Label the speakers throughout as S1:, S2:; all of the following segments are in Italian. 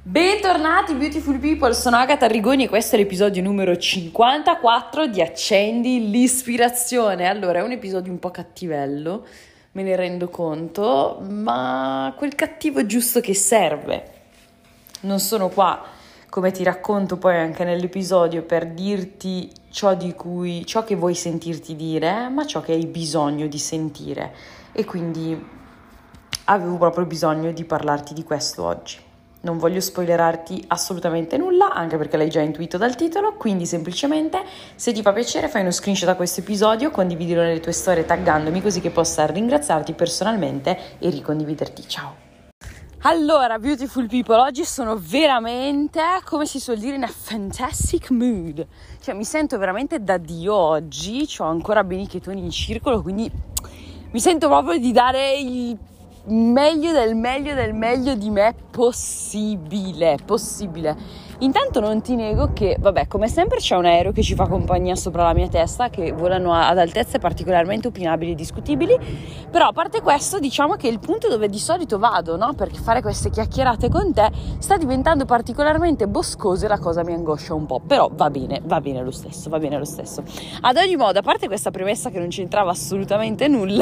S1: Bentornati Beautiful People, sono Agata Rigoni e questo è l'episodio numero 54 di Accendi l'ispirazione. Allora, è un episodio un po' cattivello, me ne rendo conto, ma quel cattivo giusto che serve. Non sono qua, come ti racconto poi anche nell'episodio, per dirti ciò che vuoi sentirti dire, ma ciò che hai bisogno di sentire. E quindi avevo proprio bisogno di parlarti di questo oggi. Non voglio spoilerarti assolutamente nulla, anche perché l'hai già intuito dal titolo, quindi semplicemente, se ti fa piacere, fai uno screenshot a questo episodio, condividilo nelle tue storie taggandomi così che possa ringraziarti personalmente e ricondividerti. Ciao! Allora, Beautiful People, oggi sono veramente, come si suol dire, in a fantastic mood. Cioè, mi sento veramente da Dio oggi, ho ancora bene i chetoni in circolo, quindi mi sento proprio di dare il meglio del meglio di me possibile. Intanto non ti nego che, vabbè, come sempre c'è un aereo che ci fa compagnia sopra la mia testa, che volano ad altezze particolarmente opinabili e discutibili, però a parte questo diciamo che il punto dove di solito vado, no? Perché fare queste chiacchierate con te sta diventando particolarmente boscoso e la cosa mi angoscia un po', però va bene lo stesso. Ad ogni modo, a parte questa premessa che non c'entrava assolutamente nulla,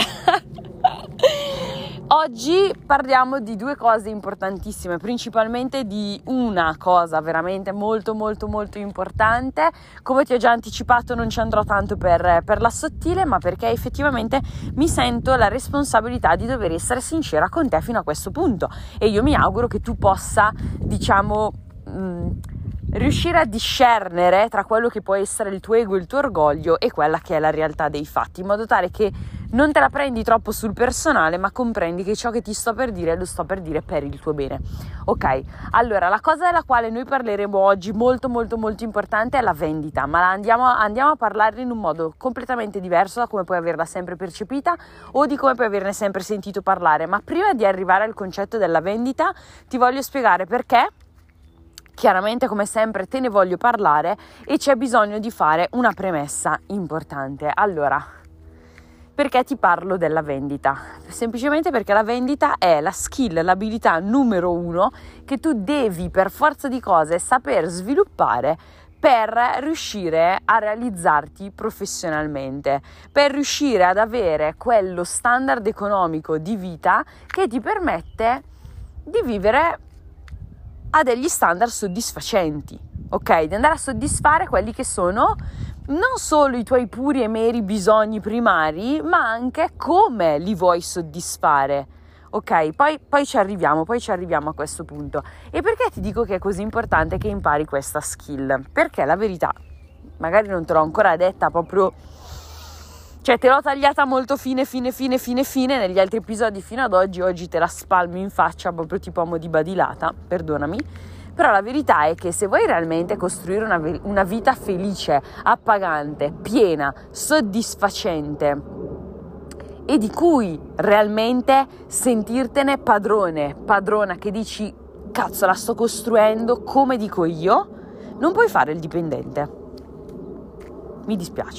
S1: oggi parliamo di due cose importantissime, principalmente di una cosa veramente molto importante. Come ti ho già anticipato, non ci andrò tanto per la sottile, ma perché effettivamente mi sento la responsabilità di dover essere sincera con te fino a questo punto, e io mi auguro che tu possa, riuscire a discernere tra quello che può essere il tuo ego, il tuo orgoglio e quella che è la realtà dei fatti, in modo tale che non te la prendi troppo sul personale, ma comprendi che ciò che ti sto per dire lo sto per dire per il tuo bene. Ok, allora la cosa della quale noi parleremo oggi, molto importante, è la vendita, ma andiamo a parlarne in un modo completamente diverso da come puoi averla sempre percepita o di come puoi averne sempre sentito parlare. Ma prima di arrivare al concetto della vendita ti voglio spiegare perché. Chiaramente, come sempre, te ne voglio parlare e c'è bisogno di fare una premessa importante. Allora, perché ti parlo della vendita? Semplicemente perché la vendita è la skill, l'abilità numero 1 che tu devi per forza di cose saper sviluppare per riuscire a realizzarti professionalmente, per riuscire ad avere quello standard economico di vita che ti permette di vivere a degli standard soddisfacenti, ok? Di andare a soddisfare quelli che sono non solo i tuoi puri e meri bisogni primari, ma anche come li vuoi soddisfare, ok? Poi ci arriviamo a questo punto. E perché ti dico che è così importante che impari questa skill? Perché la verità, magari non te l'ho ancora detta proprio, cioè te l'ho tagliata molto fine negli altri episodi fino ad oggi te la spalmo in faccia proprio tipo a mo' di badilata, perdonami, però la verità è che se vuoi realmente costruire una vita felice, appagante, piena, soddisfacente e di cui realmente sentirtene padrona, che dici cazzo la sto costruendo come dico io, non puoi fare il dipendente. Mi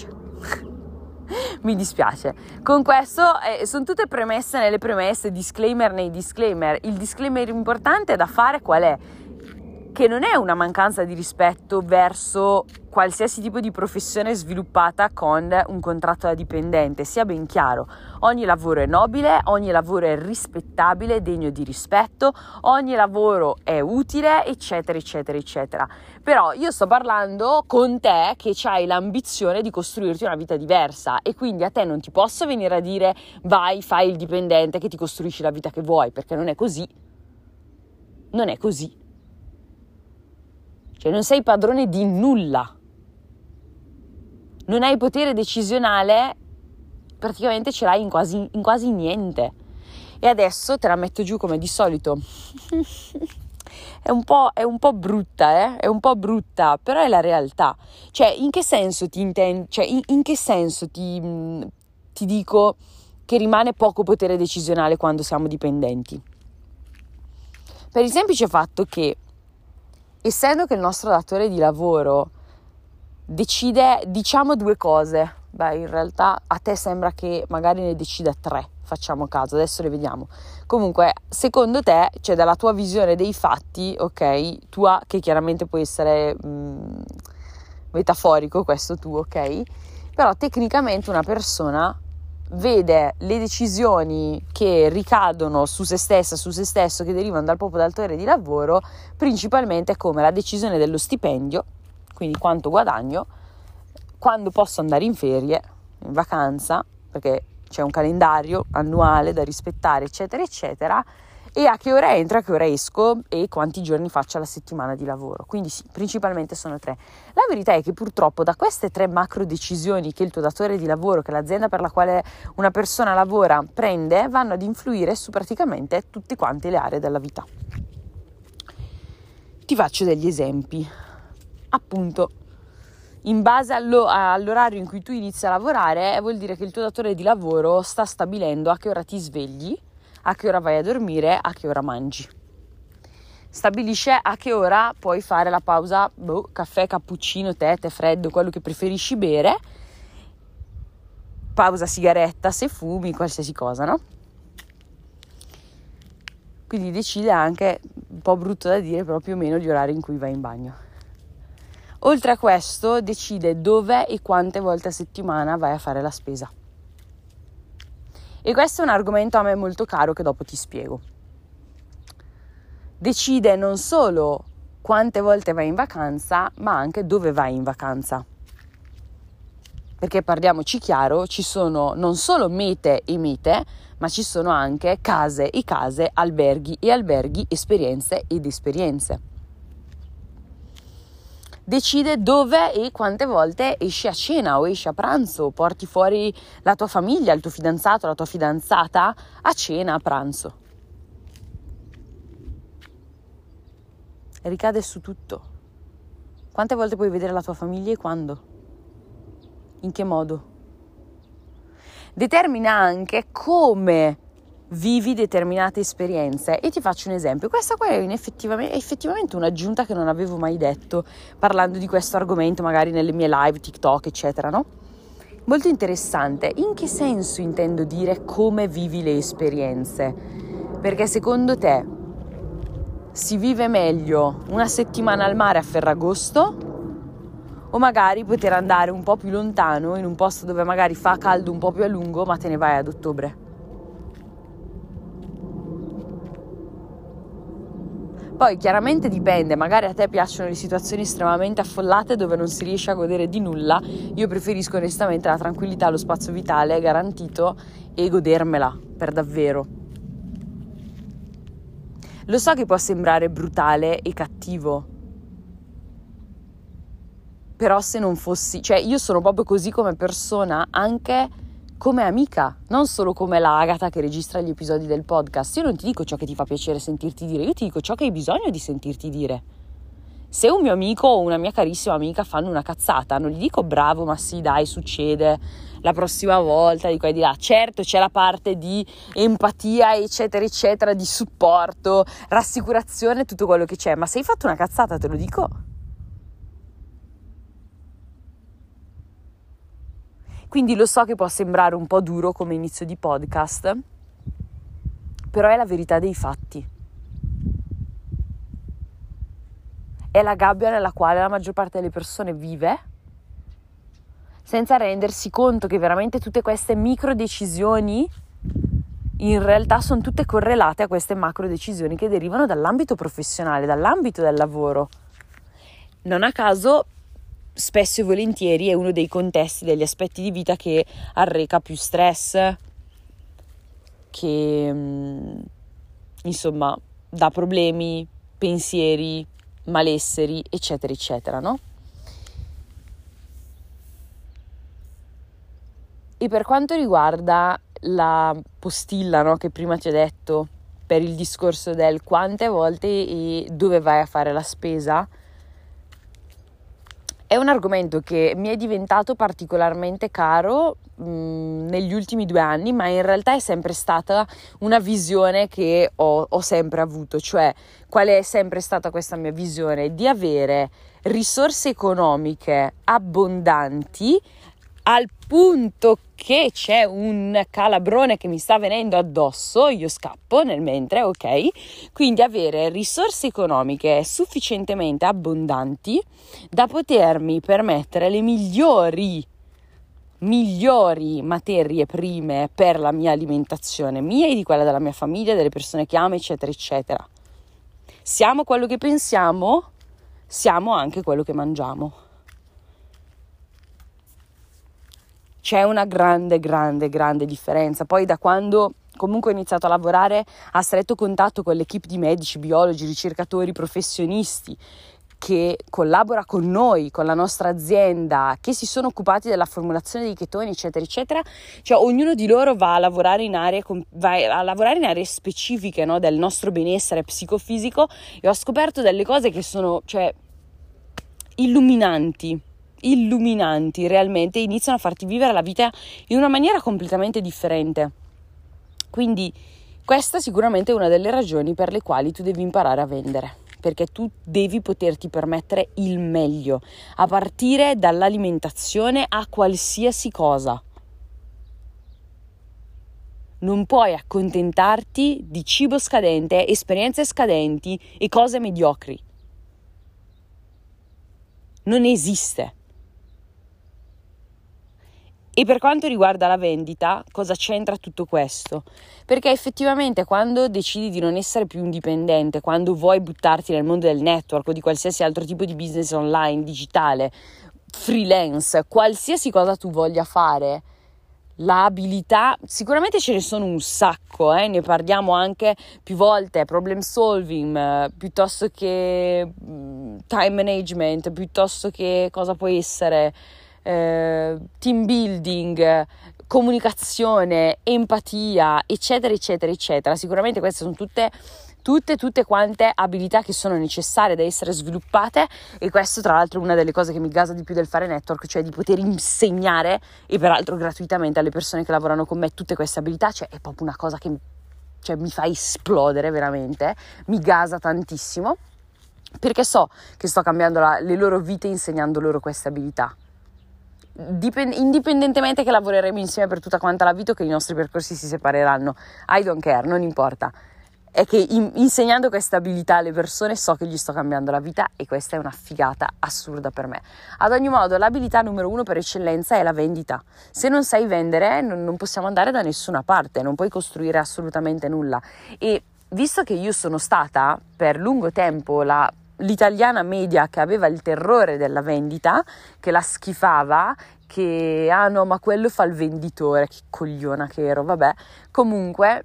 S1: dispiace. Con questo sono tutte premesse nelle premesse, disclaimer nei disclaimer. Il disclaimer importante da fare qual è? Che non è una mancanza di rispetto verso qualsiasi tipo di professione sviluppata con un contratto da dipendente, sia ben chiaro. Ogni lavoro è nobile, ogni lavoro è rispettabile, degno di rispetto, ogni lavoro è utile, eccetera. Però io sto parlando con te che hai l'ambizione di costruirti una vita diversa e quindi a te non ti posso venire a dire vai, fai il dipendente che ti costruisci la vita che vuoi, perché non è così. Cioè non sei padrone di nulla. Non hai potere decisionale, praticamente ce l'hai in quasi niente. E adesso te la metto giù come di solito. È un po' brutta, è un po' brutta, però è la realtà. Cioè, in che senso ti intendo? Cioè, in che senso ti dico che rimane poco potere decisionale quando siamo dipendenti? Per il semplice fatto che, essendo che il nostro datore di lavoro decide, diciamo, due cose, in realtà a te sembra che magari ne decida tre, facciamo caso, adesso le vediamo. Comunque, secondo te, cioè dalla tua visione dei fatti, ok, tua, che chiaramente può essere metaforico questo tu, ok, però tecnicamente una persona vede le decisioni che ricadono su se stessa, su se stesso, che derivano dal proprio datore di lavoro, principalmente come la decisione dello stipendio, quindi quanto guadagno, quando posso andare in ferie, in vacanza, perché c'è un calendario annuale da rispettare, eccetera, eccetera, e a che ora entro, a che ora esco e quanti giorni faccio alla settimana di lavoro. Quindi sì, principalmente sono 3. La verità è che purtroppo da queste 3 macro decisioni che il tuo datore di lavoro, che l'azienda per la quale una persona lavora prende, vanno ad influire su praticamente tutte quante le aree della vita. Ti faccio degli esempi. Appunto, in base all'orario in cui tu inizi a lavorare, vuol dire che il tuo datore di lavoro sta stabilendo a che ora ti svegli, a che ora vai a dormire, a che ora mangi. Stabilisce a che ora puoi fare la pausa, caffè, cappuccino, tè freddo, quello che preferisci bere, pausa sigaretta se fumi, qualsiasi cosa, no? Quindi decide anche, un po' brutto da dire, però più o meno gli orari in cui vai in bagno. Oltre a questo, decide dove e quante volte a settimana vai a fare la spesa. E questo è un argomento a me molto caro che dopo ti spiego. Decide non solo quante volte vai in vacanza, ma anche dove vai in vacanza. Perché parliamoci chiaro, ci sono non solo mete e mete, ma ci sono anche case e case, alberghi e alberghi, esperienze ed esperienze. Decide dove e quante volte esci a cena o esci a pranzo, porti fuori la tua famiglia, il tuo fidanzato, la tua fidanzata a cena, a pranzo. Ricade su tutto. Quante volte puoi vedere la tua famiglia e quando? In che modo? Determina anche come vivi determinate esperienze e ti faccio un esempio. Questa qua è effettivamente un'aggiunta che non avevo mai detto parlando di questo argomento, magari nelle mie live, TikTok, eccetera, no? Molto interessante. In che senso intendo dire come vivi le esperienze? Perché secondo te si vive meglio una settimana al mare a Ferragosto o magari poter andare un po' più lontano in un posto dove magari fa caldo un po' più a lungo ma te ne vai ad ottobre? Poi chiaramente dipende, magari a te piacciono le situazioni estremamente affollate dove non si riesce a godere di nulla. Io preferisco onestamente la tranquillità, lo spazio vitale garantito e godermela per davvero. Lo so che può sembrare brutale e cattivo, però se non fossi, cioè io sono proprio così come persona, anche come amica, non solo come la Agata che registra gli episodi del podcast. Io non ti dico ciò che ti fa piacere sentirti dire, io ti dico ciò che hai bisogno di sentirti dire. Se un mio amico o una mia carissima amica fanno una cazzata, non gli dico bravo, ma sì dai, succede, la prossima volta, di qua e di là. Certo c'è la parte di empatia, eccetera eccetera, di supporto, rassicurazione, tutto quello che c'è, ma se hai fatto una cazzata te lo dico. Quindi lo so che può sembrare un po' duro come inizio di podcast, però è la verità dei fatti. È la gabbia nella quale la maggior parte delle persone vive, senza rendersi conto che veramente tutte queste micro decisioni in realtà sono tutte correlate a queste macro decisioni che derivano dall'ambito professionale, dall'ambito del lavoro. Non a caso spesso e volentieri è uno dei contesti, degli aspetti di vita che arreca più stress, che insomma dà problemi, pensieri, malesseri, eccetera eccetera, no? E per quanto riguarda la postilla, no, che prima ti ho detto, per il discorso del quante volte e dove vai a fare la spesa, è un argomento che mi è diventato particolarmente caro negli ultimi 2 anni, ma in realtà è sempre stata una visione che ho sempre avuto. Cioè, qual è sempre stata questa mia visione? Di avere risorse economiche abbondanti al punto che c'è un calabrone che mi sta venendo addosso, io scappo nel mentre, ok? Quindi avere risorse economiche sufficientemente abbondanti da potermi permettere le migliori materie prime per la mia alimentazione, mia e di quella della mia famiglia, delle persone che amo, eccetera, eccetera. Siamo quello che pensiamo, siamo anche quello che mangiamo. C'è una grande differenza. Poi da quando comunque ho iniziato a lavorare a stretto contatto con l'equipe di medici, biologi, ricercatori, professionisti che collabora con noi, con la nostra azienda, che si sono occupati della formulazione dei chetoni, eccetera, eccetera, cioè ognuno di loro va a lavorare in aree specifiche, no, del nostro benessere psicofisico, e ho scoperto delle cose che sono, cioè, illuminanti, realmente iniziano a farti vivere la vita in una maniera completamente differente. Quindi questa sicuramente è una delle ragioni per le quali tu devi imparare a vendere, perché tu devi poterti permettere il meglio, a partire dall'alimentazione a qualsiasi cosa. Non puoi accontentarti di cibo scadente, esperienze scadenti e cose mediocri. Non esiste. E per quanto riguarda la vendita, cosa c'entra tutto questo? Perché effettivamente quando decidi di non essere più indipendente, quando vuoi buttarti nel mondo del network o di qualsiasi altro tipo di business online, digitale, freelance, qualsiasi cosa tu voglia fare, l'abilità, sicuramente ce ne sono un sacco, ne parliamo anche più volte, problem solving, piuttosto che time management, piuttosto che cosa può essere team building, comunicazione, empatia, eccetera, eccetera, eccetera. Sicuramente queste sono tutte quante abilità che sono necessarie da essere sviluppate, e questo tra l'altro è una delle cose che mi gasa di più del fare network, cioè di poter insegnare, e peraltro gratuitamente, alle persone che lavorano con me tutte queste abilità. Cioè è proprio una cosa che mi fa esplodere veramente, mi gasa tantissimo, perché so che sto cambiando le loro vite insegnando loro queste abilità. Indipendentemente che lavoreremo insieme per tutta quanta la vita o che i nostri percorsi si separeranno, I don't care, non importa. È che insegnando questa abilità alle persone so che gli sto cambiando la vita, e questa è una figata assurda per me. Ad ogni modo, l'abilità numero 1 per eccellenza è la vendita. Se non sai vendere non possiamo andare da nessuna parte, non puoi costruire assolutamente nulla. E visto che io sono stata per lungo tempo l'italiana media che aveva il terrore della vendita, che la schifava, che no, ma quello fa il venditore, che cogliona che ero, vabbè. Comunque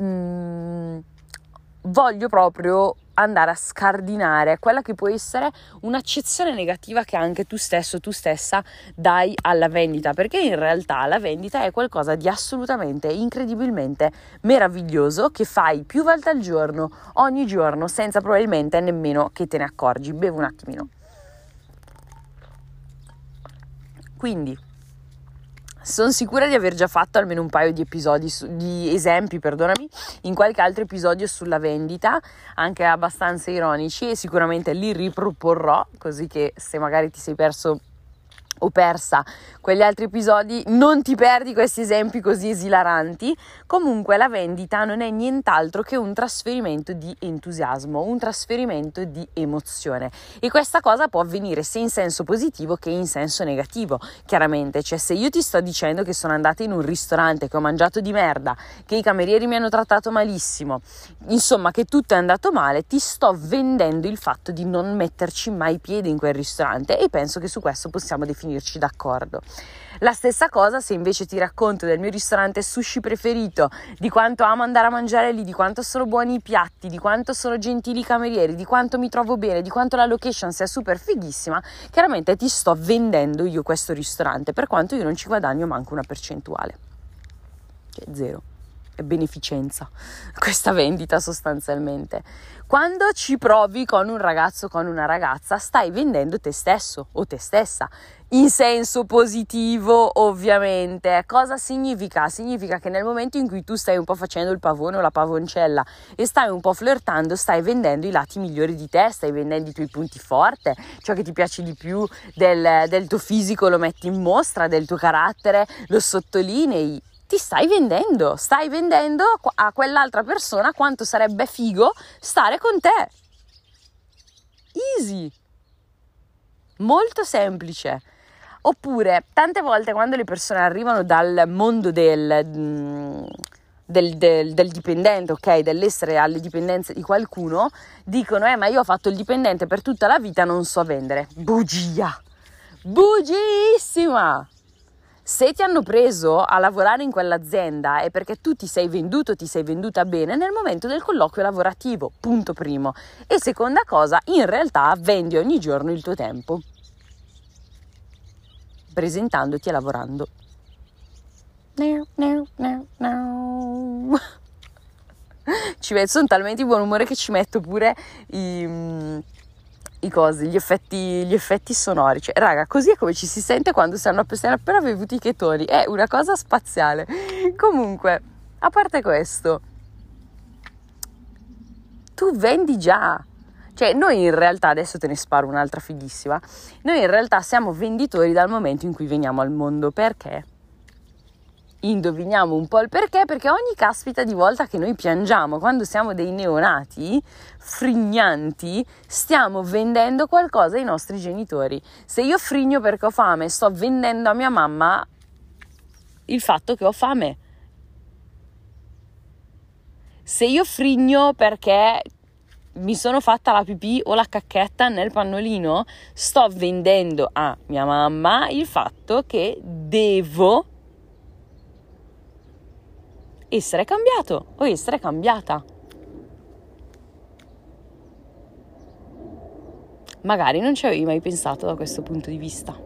S1: voglio proprio andare a scardinare quella che può essere un'accezione negativa che anche tu stesso, tu stessa dai alla vendita, perché in realtà la vendita è qualcosa di assolutamente incredibilmente meraviglioso che fai più volte al giorno, ogni giorno, senza probabilmente nemmeno che te ne accorgi. Bevo un attimino. Quindi sono sicura di aver già fatto almeno un paio di esempi, in qualche altro episodio sulla vendita, anche abbastanza ironici, e sicuramente li riproporrò, così che se magari ti sei perso o persa quegli altri episodi non ti perdi questi esempi così esilaranti. Comunque la vendita non è nient'altro che un trasferimento di entusiasmo, un trasferimento di emozione, e questa cosa può avvenire sia in senso positivo che in senso negativo, chiaramente. Cioè, se io ti sto dicendo che sono andata in un ristorante, che ho mangiato di merda, che i camerieri mi hanno trattato malissimo, insomma che tutto è andato male, ti sto vendendo il fatto di non metterci mai piede in quel ristorante, e penso che su questo possiamo definirci d'accordo. La stessa cosa se invece ti racconto del mio ristorante sushi preferito, di quanto amo andare a mangiare lì, di quanto sono buoni i piatti, di quanto sono gentili i camerieri, di quanto mi trovo bene, di quanto la location sia super fighissima. Chiaramente ti sto vendendo io questo ristorante, per quanto io non ci guadagno manco una percentuale, cioè zero. beneficenza, questa vendita sostanzialmente. Quando ci provi con un ragazzo o con una ragazza, stai vendendo te stesso o te stessa, in senso positivo ovviamente. Cosa significa? Significa che nel momento in cui tu stai un po' facendo il pavone o la pavoncella e stai un po' flirtando, stai vendendo i lati migliori di te, stai vendendo i tuoi punti forti, ciò che ti piace di più del tuo fisico lo metti in mostra, del tuo carattere lo sottolinei. Ti stai vendendo a quell'altra persona quanto sarebbe figo stare con te. Easy, molto semplice. Oppure tante volte quando le persone arrivano dal mondo del dipendente, ok, dell'essere alle dipendenze di qualcuno, dicono ma io ho fatto il dipendente per tutta la vita, non so vendere. Bugia, bugiissima. Se ti hanno preso a lavorare in quell'azienda è perché tu ti sei venduto, ti sei venduta bene nel momento del colloquio lavorativo, punto primo. E seconda cosa, in realtà vendi ogni giorno il tuo tempo, presentandoti e lavorando. Sono talmente di buon umore che ci metto pure gli effetti sonori. Cioè, raga, così è come ci si sente quando si hanno appena bevuti i chetoni. È una cosa spaziale. Comunque, a parte questo, tu vendi già. Cioè, noi in realtà, adesso te ne sparo un'altra fighissima, noi in realtà siamo venditori dal momento in cui veniamo al mondo. Perché? Indoviniamo un po' il perché, perché ogni caspita di volta che noi piangiamo quando siamo dei neonati frignanti, stiamo vendendo qualcosa ai nostri genitori. Se io frigno perché ho fame, sto vendendo a mia mamma il fatto che ho fame. Se io frigno perché mi sono fatta la pipì o la cacchetta nel pannolino, sto vendendo a mia mamma il fatto che devo essere cambiato o essere cambiata. Magari non ci avevi mai pensato da questo punto di vista.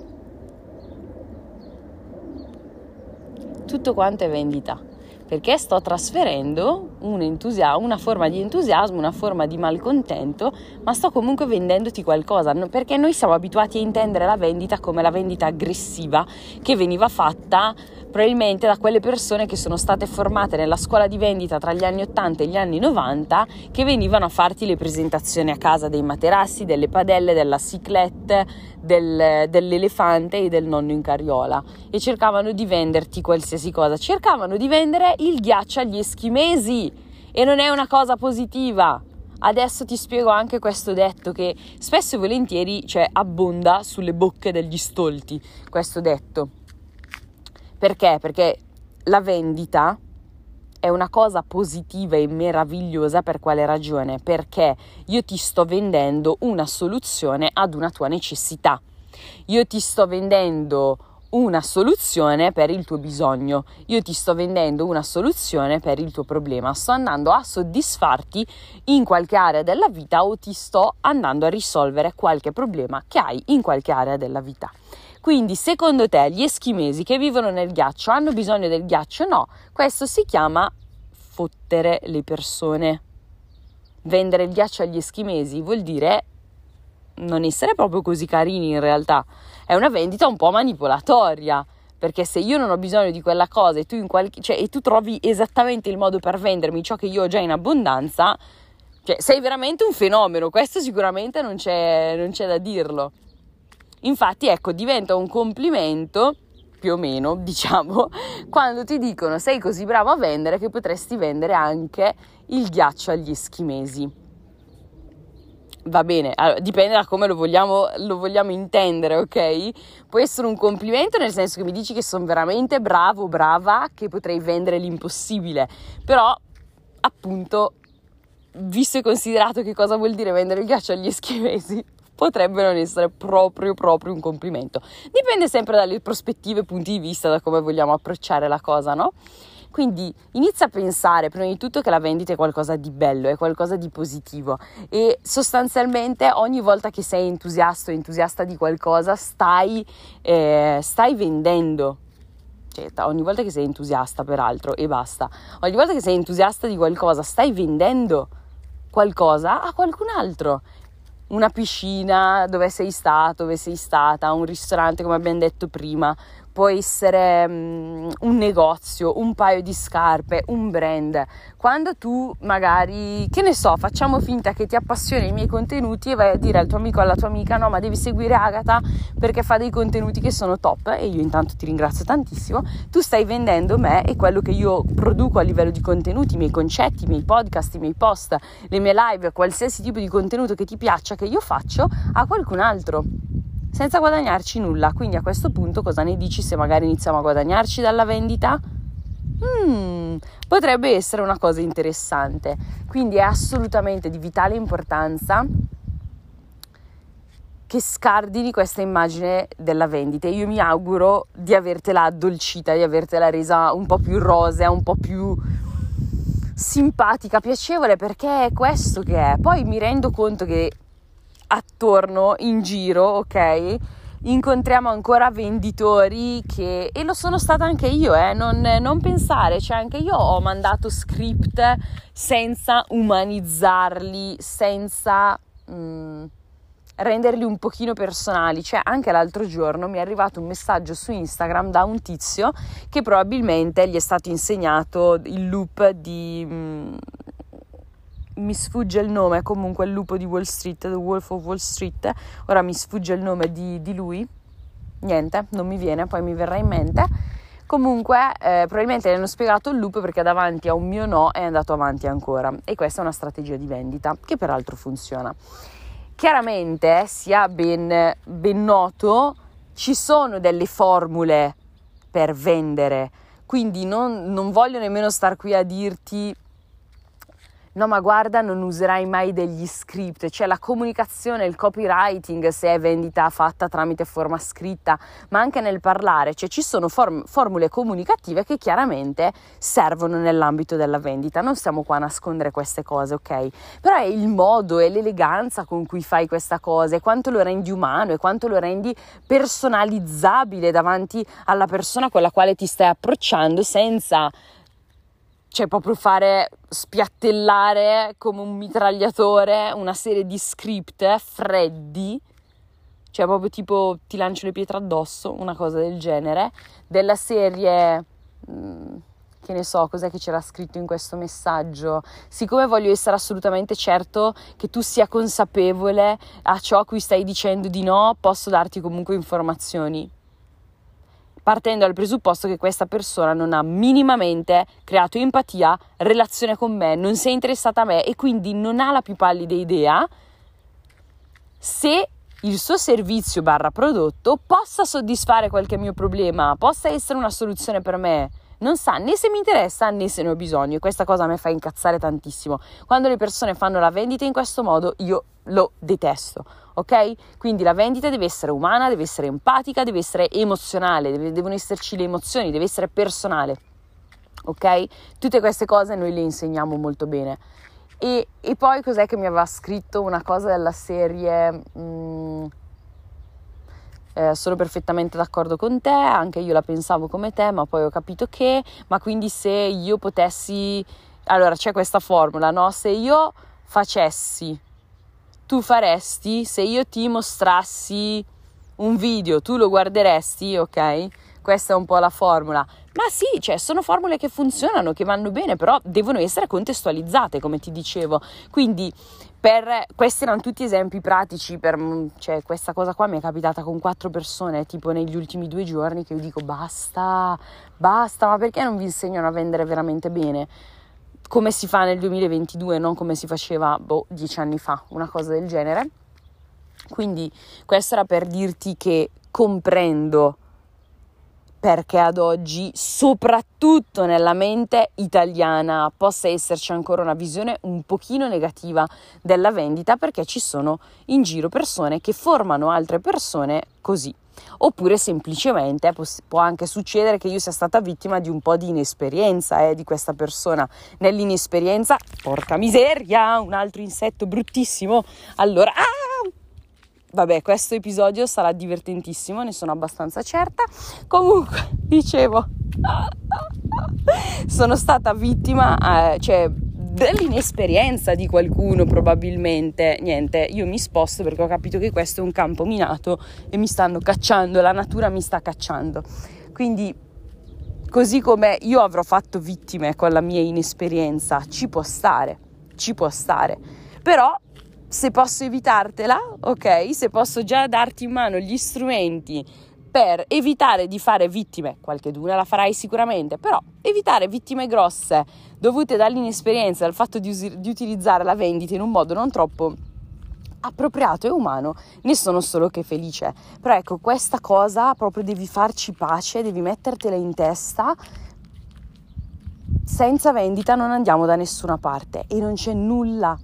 S1: Tutto quanto è vendita, perché sto trasferendo una forma di entusiasmo, una forma di malcontento, ma sto comunque vendendoti qualcosa, perché noi siamo abituati a intendere la vendita come la vendita aggressiva che veniva fatta probabilmente da quelle persone che sono state formate nella scuola di vendita tra gli anni 80 e gli anni 90, che venivano a farti le presentazioni a casa dei materassi, delle padelle, della cyclette, dell'elefante e del nonno in carriola, e cercavano di venderti qualsiasi cosa, cercavano di vendere il ghiaccio agli eschimesi, e non è una cosa positiva. Adesso ti spiego anche questo detto che spesso e volentieri abbonda sulle bocche degli stolti, questo detto. Perché? Perché la vendita è una cosa positiva e meravigliosa. Per quale ragione? Perché io ti sto vendendo una soluzione ad una tua necessità. Io ti sto vendendo una soluzione per il tuo bisogno. Io ti sto vendendo una soluzione per il tuo problema. Sto andando a soddisfarti in qualche area della vita, o ti sto andando a risolvere qualche problema che hai in qualche area della vita. Quindi, secondo te, gli eschimesi che vivono nel ghiaccio hanno bisogno del ghiaccio? No, questo si chiama fottere le persone. Vendere il ghiaccio agli eschimesi vuol dire non essere proprio così carini in realtà. È una vendita un po' manipolatoria, perché se io non ho bisogno di quella cosa e tu, e tu trovi esattamente il modo per vendermi ciò che io ho già in abbondanza, sei veramente un fenomeno. Questo sicuramente non c'è da dirlo. Infatti, ecco, diventa un complimento, più o meno, diciamo, quando ti dicono sei così bravo a vendere che potresti vendere anche il ghiaccio agli eschimesi. Va bene, allora, dipende da come lo vogliamo intendere, ok? Può essere un complimento nel senso che mi dici che sono veramente bravo, brava, che potrei vendere l'impossibile, però, appunto, visto e considerato che cosa vuol dire vendere il ghiaccio agli eschimesi, potrebbe non essere proprio un complimento. Dipende sempre dalle prospettive, punti di vista, da come vogliamo approcciare la cosa, no? Quindi inizia a pensare prima di tutto che la vendita è qualcosa di bello, è qualcosa di positivo, e sostanzialmente ogni volta che sei entusiasta di qualcosa stai vendendo. cioè, ogni volta che sei entusiasta peraltro e basta, ogni volta che sei entusiasta di qualcosa stai vendendo qualcosa a qualcun altro. Una piscina dove sei stato, dove sei stata, un ristorante come abbiamo detto prima, può essere un negozio, un paio di scarpe, un brand. Quando tu magari, che ne so, facciamo finta che ti appassioni i miei contenuti e vai a dire al tuo amico o alla tua amica no, ma devi seguire Agata perché fa dei contenuti che sono top, e io intanto ti ringrazio tantissimo, tu stai vendendo me e quello che io produco a livello di contenuti, i miei concetti, i miei podcast, i miei post, le mie live, qualsiasi tipo di contenuto che ti piaccia che io faccio a qualcun altro, senza guadagnarci nulla. Quindi a questo punto cosa ne dici se magari iniziamo a guadagnarci dalla vendita? Potrebbe essere una cosa interessante. Quindi è assolutamente di vitale importanza che scardini questa immagine della vendita. Io mi auguro di avertela addolcita, di avertela resa un po' più rosea, un po' più simpatica, piacevole, perché è questo che è. Poi mi rendo conto che attorno, in giro, ok, incontriamo ancora venditori che, e lo sono stata anche io, non pensare, cioè anche io ho mandato script senza umanizzarli, senza renderli un pochino personali. Cioè anche l'altro giorno mi è arrivato un messaggio su Instagram da un tizio che probabilmente gli è stato insegnato il loop di mi sfugge il nome, comunque il lupo di Wall Street, The Wolf of Wall Street, ora mi sfugge il nome di lui, niente, non mi viene, poi mi verrà in mente. Comunque probabilmente gli hanno spiegato il loop perché davanti a un mio no è andato avanti ancora, e questa è una strategia di vendita che peraltro funziona. Chiaramente, sia ben noto, ci sono delle formule per vendere, quindi non voglio nemmeno star qui a dirti no, ma guarda, non userai mai degli script. Cioè la comunicazione, il copywriting, se è vendita fatta tramite forma scritta, ma anche nel parlare, cioè ci sono formule comunicative che chiaramente servono nell'ambito della vendita. Non stiamo qua a nascondere queste cose, ok? Però è il modo e l'eleganza con cui fai questa cosa, e quanto lo rendi umano e quanto lo rendi personalizzabile davanti alla persona con la quale ti stai approcciando, senza, cioè, proprio fare spiattellare come un mitragliatore una serie di script freddi, cioè proprio tipo ti lancio le pietre addosso, una cosa del genere, della serie, che ne so, cos'è che c'era scritto in questo messaggio? Siccome voglio essere assolutamente certo che tu sia consapevole a ciò a cui stai dicendo di no, posso darti comunque informazioni, partendo dal presupposto che questa persona non ha minimamente creato empatia, relazione con me, non si è interessata a me e quindi non ha la più pallida idea se il suo servizio / prodotto possa soddisfare qualche mio problema, possa essere una soluzione per me. Non sa né se mi interessa né se ne ho bisogno, e questa cosa mi fa incazzare tantissimo. Quando le persone fanno la vendita in questo modo io lo detesto, ok? Quindi la vendita deve essere umana, deve essere empatica, deve essere emozionale, devono esserci le emozioni, deve essere personale, ok? Tutte queste cose noi le insegniamo molto bene. E poi cos'è che mi aveva scritto una cosa della serie... sono perfettamente d'accordo con te, anche io la pensavo come te, ma poi ho capito che, ma quindi se io potessi, allora c'è questa formula, no? Se io facessi, tu faresti, se io ti mostrassi un video, tu lo guarderesti, ok? Questa è un po' la formula. Ma sì, cioè sono formule che funzionano, che vanno bene, però devono essere contestualizzate, come ti dicevo. Quindi questi erano tutti esempi pratici, cioè questa cosa qua mi è capitata con 4 persone, tipo negli ultimi 2 giorni, che io dico basta, ma perché non vi insegnano a vendere veramente bene? Come si fa nel 2022, non come si faceva 10 anni fa, una cosa del genere. Quindi questo era per dirti che comprendo perché ad oggi, soprattutto nella mente italiana, possa esserci ancora una visione un pochino negativa della vendita, perché ci sono in giro persone che formano altre persone così. Oppure semplicemente può anche succedere che io sia stata vittima di un po' di inesperienza di questa persona. Nell'inesperienza, porca miseria, un altro insetto bruttissimo. Allora, vabbè, questo episodio sarà divertentissimo, ne sono abbastanza certa. Comunque, dicevo, Sono stata vittima, dell'inesperienza di qualcuno probabilmente. Niente, io mi sposto perché ho capito che questo è un campo minato e mi stanno cacciando, la natura mi sta cacciando. Quindi, così come io avrò fatto vittime con la mia inesperienza, ci può stare. Però se posso evitartela, ok? Se posso già darti in mano gli strumenti per evitare di fare vittime, qualcheduna la farai sicuramente, però evitare vittime grosse dovute dall'inesperienza, dal fatto di utilizzare la vendita in un modo non troppo appropriato e umano, ne sono solo che felice. Però ecco, questa cosa proprio devi farci pace, devi mettertela in testa. Senza vendita non andiamo da nessuna parte e non c'è nulla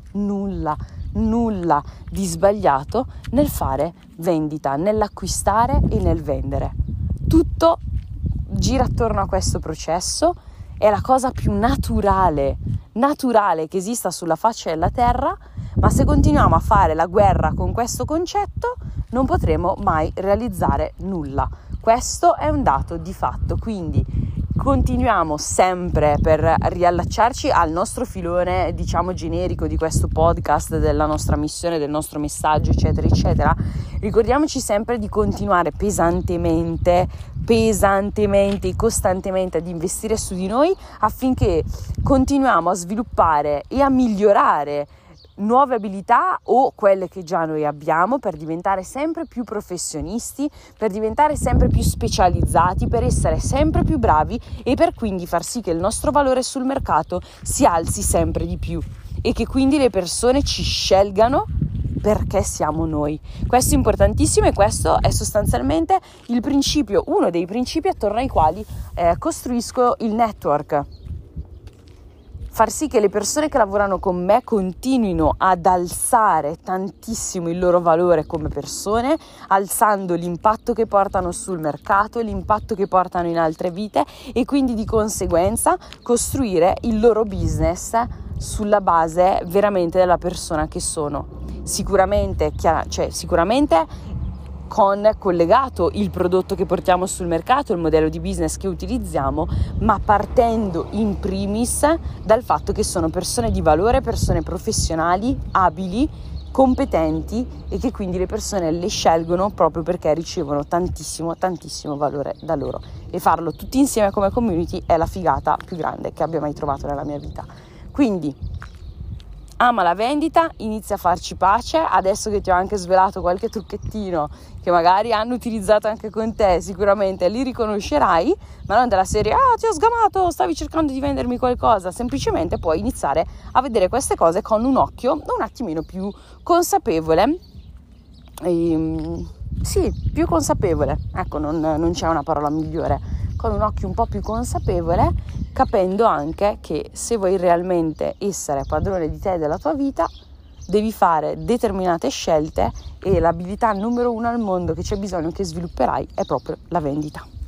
S1: di sbagliato nel fare vendita, nell'acquistare e nel vendere. Tutto gira attorno a questo processo, è la cosa più naturale che esista sulla faccia della terra, ma se continuiamo a fare la guerra con questo concetto non potremo mai realizzare nulla. Questo è un dato di fatto, quindi continuiamo sempre, per riallacciarci al nostro filone, diciamo, generico di questo podcast, della nostra missione, del nostro messaggio, eccetera, eccetera. Ricordiamoci sempre di continuare pesantemente e costantemente ad investire su di noi affinché continuiamo a sviluppare e a migliorare nuove abilità o quelle che già noi abbiamo, per diventare sempre più professionisti, per diventare sempre più specializzati, per essere sempre più bravi e per quindi far sì che il nostro valore sul mercato si alzi sempre di più e che quindi le persone ci scelgano perché siamo noi. Questo è importantissimo e questo è sostanzialmente il principio, uno dei principi attorno ai quali costruisco il network. Far sì che le persone che lavorano con me continuino ad alzare tantissimo il loro valore come persone, alzando l'impatto che portano sul mercato, l'impatto che portano in altre vite e quindi di conseguenza costruire il loro business sulla base veramente della persona che sono. Sicuramente con collegato il prodotto che portiamo sul mercato, il modello di business che utilizziamo, ma partendo in primis dal fatto che sono persone di valore, persone professionali, abili, competenti e che quindi le persone le scelgono proprio perché ricevono tantissimo valore da loro. E farlo tutti insieme come community è la figata più grande che abbia mai trovato nella mia vita. Quindi ama la vendita, inizia a farci pace. Adesso che ti ho anche svelato qualche trucchettino che magari hanno utilizzato anche con te, sicuramente li riconoscerai, ma non della serie ti ho sgamato, stavi cercando di vendermi qualcosa. Semplicemente puoi iniziare a vedere queste cose con un occhio un attimino più consapevole. Più consapevole, ecco, non c'è una parola migliore, con un occhio un po' più consapevole, capendo anche che se vuoi realmente essere padrone di te e della tua vita, devi fare determinate scelte e l'abilità numero 1 al mondo che c'è bisogno che svilupperai è proprio la vendita.